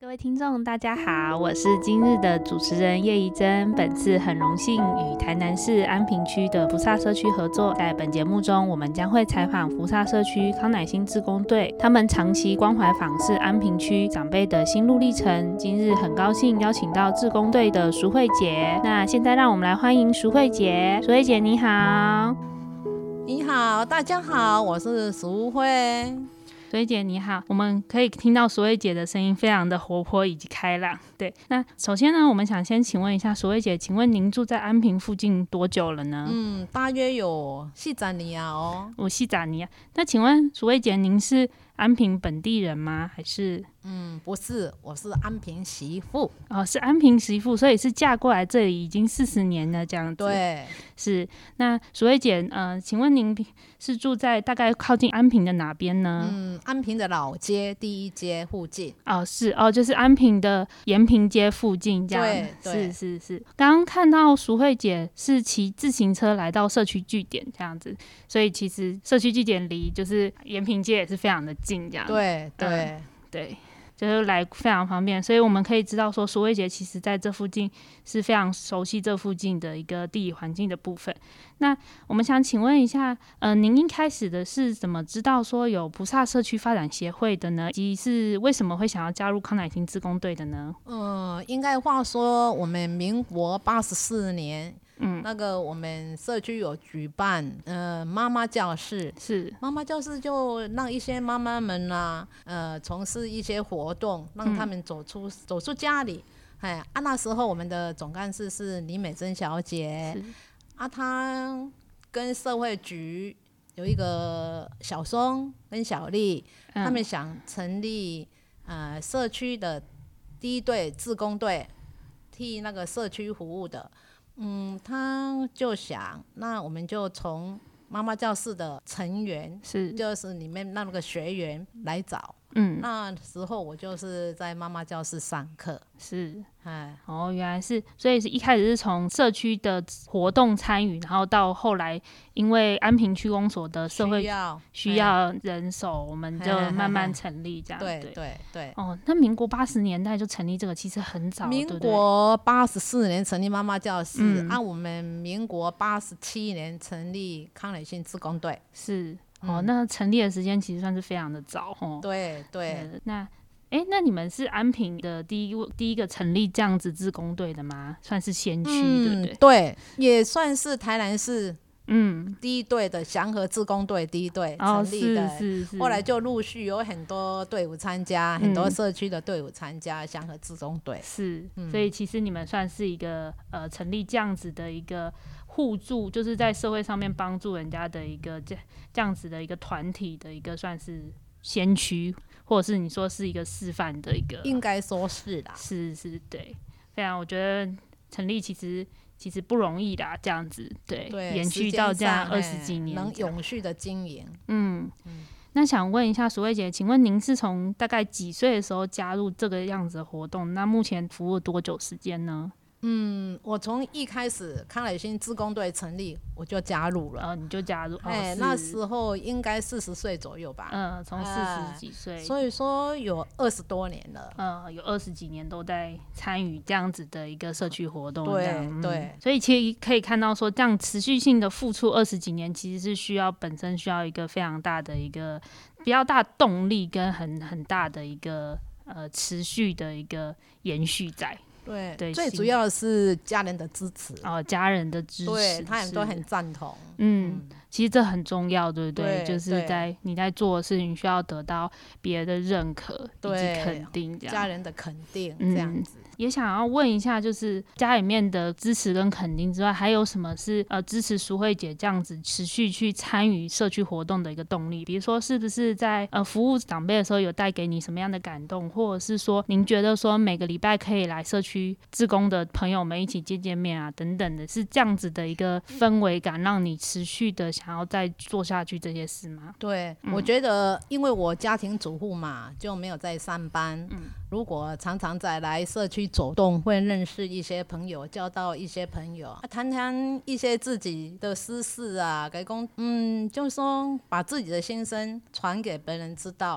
各位听众大家好，我是今日的主持人叶怡珍。本次很荣幸与台南市安平区的福萨社区合作，在本节目中我们将会采访福萨社区康乃馨志工队，他们长期关怀访视安平区长辈的心路历程。今日很高兴邀请到志工队的淑慧姐，那现在让我们来欢迎淑慧姐。淑慧姐你好。 你好，大家好，我是淑慧。 淑慧姐你好，我们可以听到淑慧姐的声音非常的活泼以及开朗。对，那首先呢，我们想先请问一下淑慧姐，请问您住在安平附近多久了呢？ 大约有4年哦。 4年。那请问淑慧姐，您是安平本地人吗？还是？ 不是，我是安平媳妇。 哦，是安平媳妇，所以是嫁过来这里已经40年了这样子。 对， 是。那淑慧姐，请问您是住在大概靠近安平的哪边呢？ 安平的老街第1街附近。 哦，是哦，就是安平的延平街附近这样。 对， 是。刚刚看到淑慧姐是骑自行车来到社区据点这样子，所以其实社区据点离就是延平街也是非常的近这样。对。就是来非常方便，所以我们可以知道说，淑慧姐其实在这附近是非常熟悉这附近的一个地理环境的部分。那我们想请问一下，您一开始的是怎么知道说有菩萨社区发展协会的呢？以及是为什么会想要加入康乃馨志工队的呢？ 应该话说，我们民国84年。那个我们社区有举办妈妈教室， 是妈妈教室就让一些妈妈们从事一些活动，让他们走出家里。那时候我们的总干事是李美珍小姐，她跟社会局有一个小松跟小丽，他们想成立社区的第一队志工队，替那个社区服务的。他就想，那我们就从妈妈教室的成员，就是里面那个学员来找。那时候我就是在妈妈教室上课。 是，原来是，所以是一开始是从社区的活动参与，然后到后来因为安平区公所的社会需要人手，我们就慢慢成立这样。 对。 那民国80年代就成立这个，其实很早。 民国84年成立妈妈教室，我们民国87年成立康乃馨志工队。 是。那成立的时间其实算是非常的早。 对。 那你们是安平的第一个成立这样子志工队的吗？算是先驱，对不对？ 对，也算是台南市第一队的祥和志工队第一队成立的。 是。 后来就陆续有很多队伍参加，很多社区的队伍参加祥和志工队。 是，所以其实你们算是一个成立这样子的一个互助，就是在社会上面帮助人家的一个这样子的一个团体的一个算是先驱，或者是你说是一个示范的一个， 应该说是啦。 是，对，非常，我觉得成立其实不容易啦，这样子，对，延续到这样20几年， 能永续的经营。 那想问一下淑慧姐，请问您是从大概几岁的时候加入这个样子的活动？那目前服务多久时间呢？ 我从一开始康乃馨志工队成立，我就加入了。 你就加入？ 那时候应该40岁左右吧。 从40几岁， 所以说有20多年了。 有20几年都在参与这样子的一个社区活动。 对。 所以其实可以看到说，这样持续性的付出20几年，其实是本身需要一个非常大的一个比较大动力跟很大的一个持续的一个延续在。 对，最主要的是家人的支持。 家人的支持， 对，他们都很赞同。 其实这很重要，对不对？ 对， 就是你在做的事情需要得到别人的认可以及肯定，这样家人的肯定，这样子。 也想要问一下，就是家里面的支持跟肯定之外，还有什么是支持淑慧姐这样子持续去参与社区活动的一个动力？比如说，是不是在服务长辈的时候有带给你什么样的感动，或者是说您觉得说每个礼拜可以来社区志工的朋友们一起见面啊等等的，是这样子的一个氛围感，让你持续的想要再做下去这些事吗？ 对，我觉得因为我家庭主妇嘛，就没有在上班。如果常常在来社区走动，会认识一些朋友，交到一些朋友，谈谈一些自己的私事啊，就是说把自己的心声传给别人知道啊。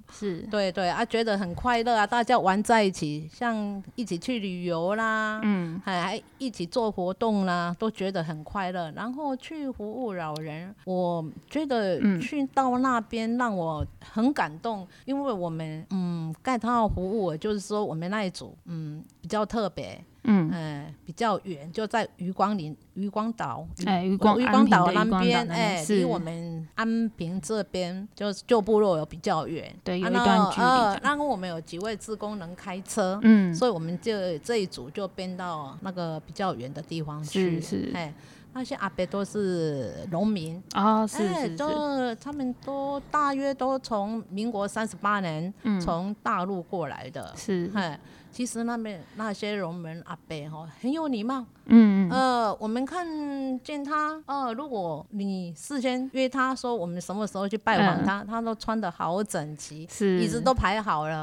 是， 对对啊，觉得很快乐啊，大家玩在一起，像一起去旅游啦，还一起做活动啦，都觉得很快乐。然后去服务老人，我觉得去到那边让我很感动，因为我们盖套服务，就是说我们那一组比较特别。比较远，就在渔光岛，渔光岛那边，离我们安平这边就旧部落有比较远， 对，有一段距离。 然后我们有几位志工能开车，所以我们就这一组就编到那个比较远的地方去， 是。 那些阿伯都是农民是， 他们都大约都从民国38年从大陆过来的， 是。 其实那些农民阿伯很有礼貌，我们看见他如果你事先约他说我们什么时候去拜访他，他都穿得好整齐，椅子都排好了，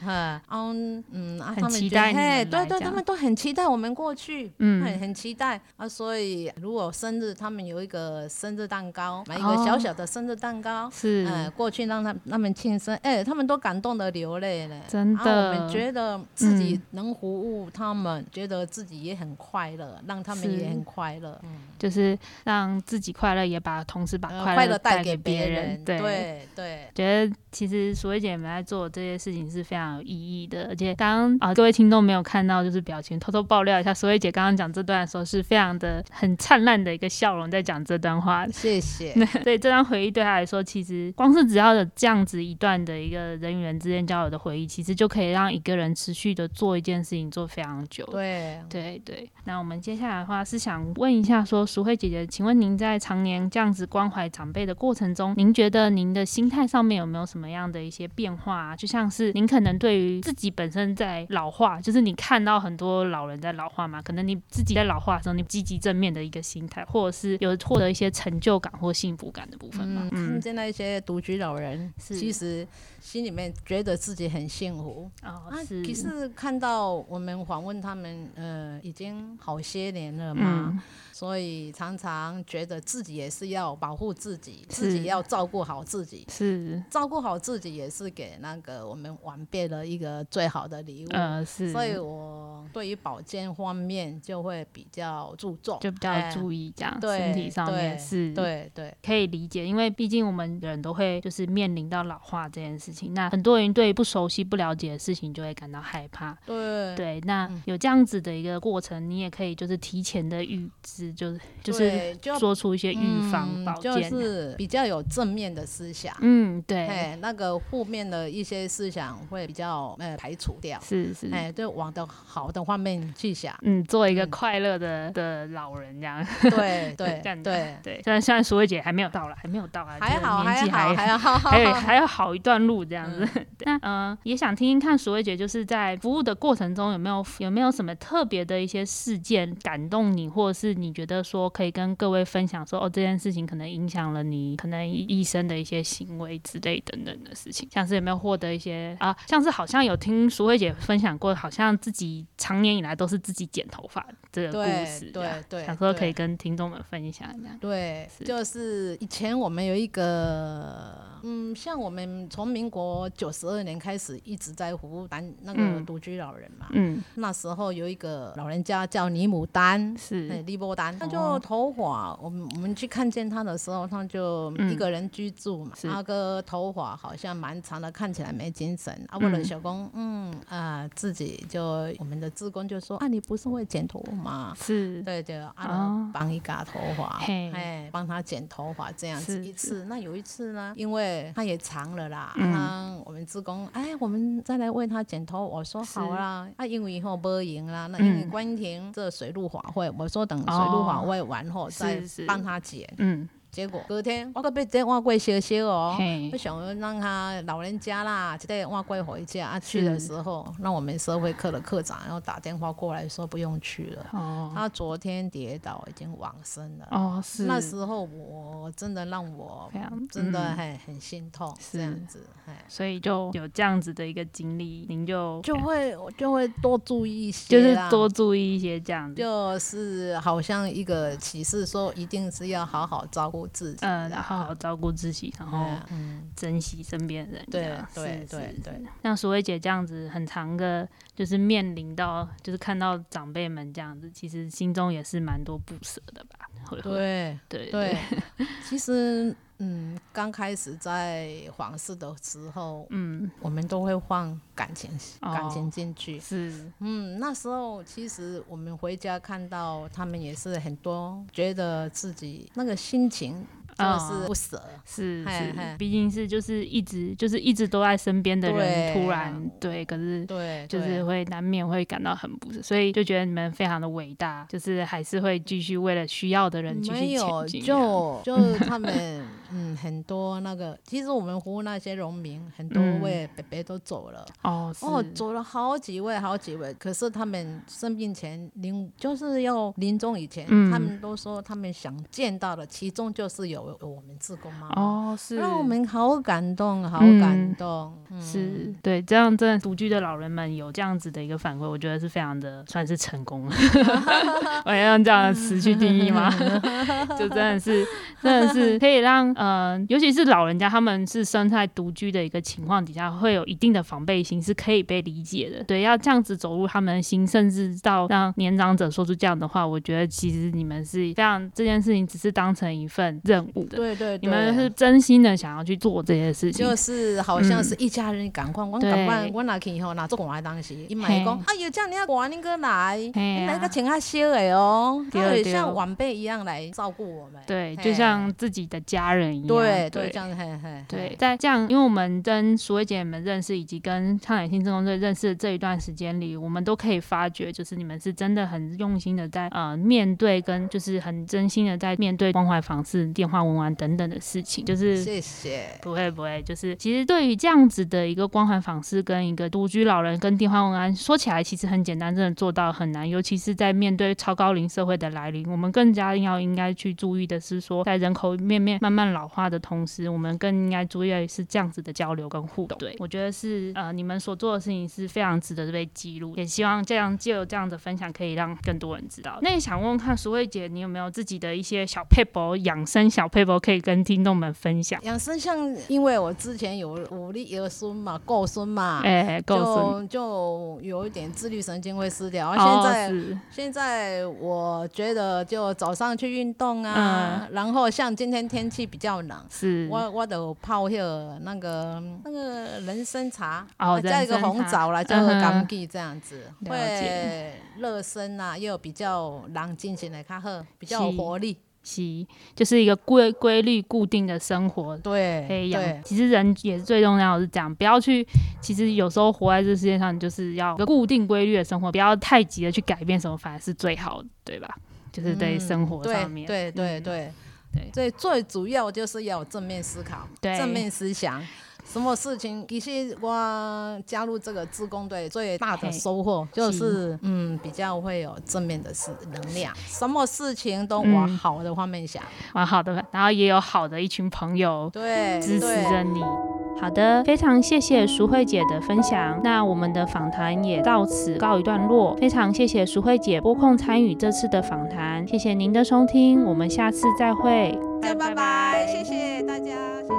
很期待你们来， 对，他们都很期待我们过去，很期待所以如果生日，他们有一个生日蛋糕，买一个小小的生日蛋糕， 是过去让他们庆生，他们都感动得流泪了， 真的。 我们觉得自己能服务他们，觉得自己也很快乐，让他们也很快乐， 就是让自己快乐，也同时把快乐带给别人。 对， 觉得其实淑慧姐们在做这些事情是非常有意义的，而且刚刚各位听众没有看到就是表情，偷偷爆料一下，淑慧姐刚刚讲这段的时候是非常的很灿烂的一个笑容在讲这段话， 谢谢。 所以这段回忆对她来说，其实光是只要有这样子一段的一个人与人之间交流的回忆，其实就可以让一个人持续的做一件事情做非常久。对。那我们接下来的话是想问一下说，淑慧姐姐，请问您在常年这样子关怀长辈的过程中，您觉得您的心态上面有没有什么样的一些变化啊？就像是您可能对于自己本身在老化，就是你看到很多老人在老化嘛，可能你自己在老化的时候，你积极正面的一个心态，或者是有获得一些成就感或幸福感的部分吗？ 看见那些独居老人，其实心里面觉得自己很幸福其实看到我们访问他们已经好些年了嘛，所以常常觉得自己也是要保护自己，自己要照顾好自己，照顾好自己也是给那个我们晚辈的一个最好的礼物，所以我对于保健方面就会比较注重， 就比较注意这样，身体上面是， 对， 可以理解，因为毕竟我们人都会就是面临到老化这件事情，那很多人对不熟悉不了解的事情就会感到害怕，对，那有这样子的一个过程，你也可以就是提前的预知，就是做出一些预防保健， 就是比较有正面的思想， 对， 那个负面的一些思想会比较排除掉，就往的好的方面去想， 做一个快乐的老人这样， 对， 虽然淑慧姐还没有到啊， 还好， 年纪还要好一段路这样子。那也想听听看淑慧姐，就是在服务的过程中有没有什么特别的一些事件感动你，或者是你觉得说可以跟各位分享说这件事情可能影响了你可能一生的一些行为之类等等的事情，像是有没有获得一些像是好像有听淑慧姐分享过，好像自己常年以来都是自己剪头发这个故事，对，想说可以跟听众们分享一下。 对，就是以前我们有一个像我们从民国92年开始一直在服务那个独居老人嘛，那时候有一个老人家叫尼姆丹，利波丹，他就头发，我们去看见他的时候，他就一个人居住嘛，那个头发好像蛮长的，看起来没精神为了小公自己就我们的志工就说你不是会剪头吗？对，帮一嘎头发，帮他剪头发这样子一次。那有一次呢，因为他也长了啦，我们志工我们再来为他剪头，我说好啦，因为以后没赢啦，那因为关停这水陆法会，我说等水陆法会完后再帮他剪，结果隔天我被这碗粿烧烧我想让他老人家啦这碗粿回家去的时候，让我们社会课的课长然后打电话过来说不用去了，他昨天跌倒已经往生了，那时候我真的让我真的很心痛，这样子， 所以就有这样子的一个经历，您就会多注意一些， 就是多注意一些这样子， 就是好像一个启示说一定是要好好照顾顾自己， 好好照顾自己，然后珍惜身边的人。 对， 像淑慧姐这样子，很常的，就是面临到，就是看到长辈们这样子，其实心中也是蛮多不舍的吧？ 对，其实刚开始在皇室的时候，我们都会放感情进去。 是， 那时候其实我们回家看到他们也是很多觉得自己那个心情就是不舍， 是，毕竟是就是一直都在身边的人，突然可是就是会难免会感到很不舍，所以就觉得你们非常的伟大，就是还是会继续为了需要的人继续前进。 就是他们很多那个，其实我们服务那些农民，很多位伯伯都走了，走了好几位，可是他们生病前就是要临终以前，他们都说他们想见到的，其中就是有我们志工妈妈，是让我们好感动， 是，对，这样真的独居的老人们有这样子的一个反馈，我觉得是非常的算是成功了。我要用这样的词去定义吗？就真的是可以让尤其是老人家，他们是生在独居的一个情况底下，会有一定的防备心，是可以被理解的。对，要这样子走入他们的心，甚至到让年长者说出这样的话，我觉得其实你们是非常这件事情只是当成一份任务的。 对， 你们是真心的想要去做这些事情， 就是好像是一家人赶快。我拿去以后拿做完的东西，伊买讲，哎呦，这样你要赶你过来，你来个请他烧的哦，他会像晚辈一样来照顾我们。 对，就像自己的家人一样。 对，这样对，在这样，因为我们跟淑慧姐们认识，以及跟倡乃性志工队认识的这一段时间里，我们都可以发觉，就是你们是真的很用心的在面对，跟就是很真心的在面对关怀访视、电话文玩等等的事情。就是谢谢， 不会，就是其实对于这样子的一个关怀访视跟一个独居老人跟电话文玩，说起来其实很简单，真的做到很难，尤其是在面对超高龄社会的来临，我们更加应该去注意的是说，在人口慢慢老化的同时，我们更应该注意的是这样子的交流跟互动。对，我觉得是你们所做的事情是非常值得被记录，也希望借由这样的分享可以让更多人知道。那也想问问看淑慧姐，你有没有自己的一些小撇步、养生小撇步可以跟听众们分享？ 养生像因为我之前有力儿孙嘛，够孙嘛，就有一点自律神经会失调。现在我觉得就早上去运动啊，然后像今天天气比较冷，我都泡那个人参茶，加一个红枣啦，就柑橘这样子，会热身啊，又比较人精神会较好，比较有活力。 就是一个规律固定的生活， 对， 可以养。其实人也是最重要的是这样，不要去。其实有时候活在这世界上，你就是要一个固定规律的生活，不要太急的去改变什么，反而是最好的，对吧？就是对生活上面， 对，所以最主要就是要有正面思考，正面思想。什么事情？其实我加入这个志工队最大的收获就是比较会有正面的能量，什么事情都往好的方面想， 往好的，然后也有好的一群朋友支持着你。好的，非常谢谢淑慧姐的分享，那我们的访谈也到此告一段落。非常谢谢淑慧姐拨空参与这次的访谈，谢谢您的收听，我们下次再会， 拜拜，谢谢大家。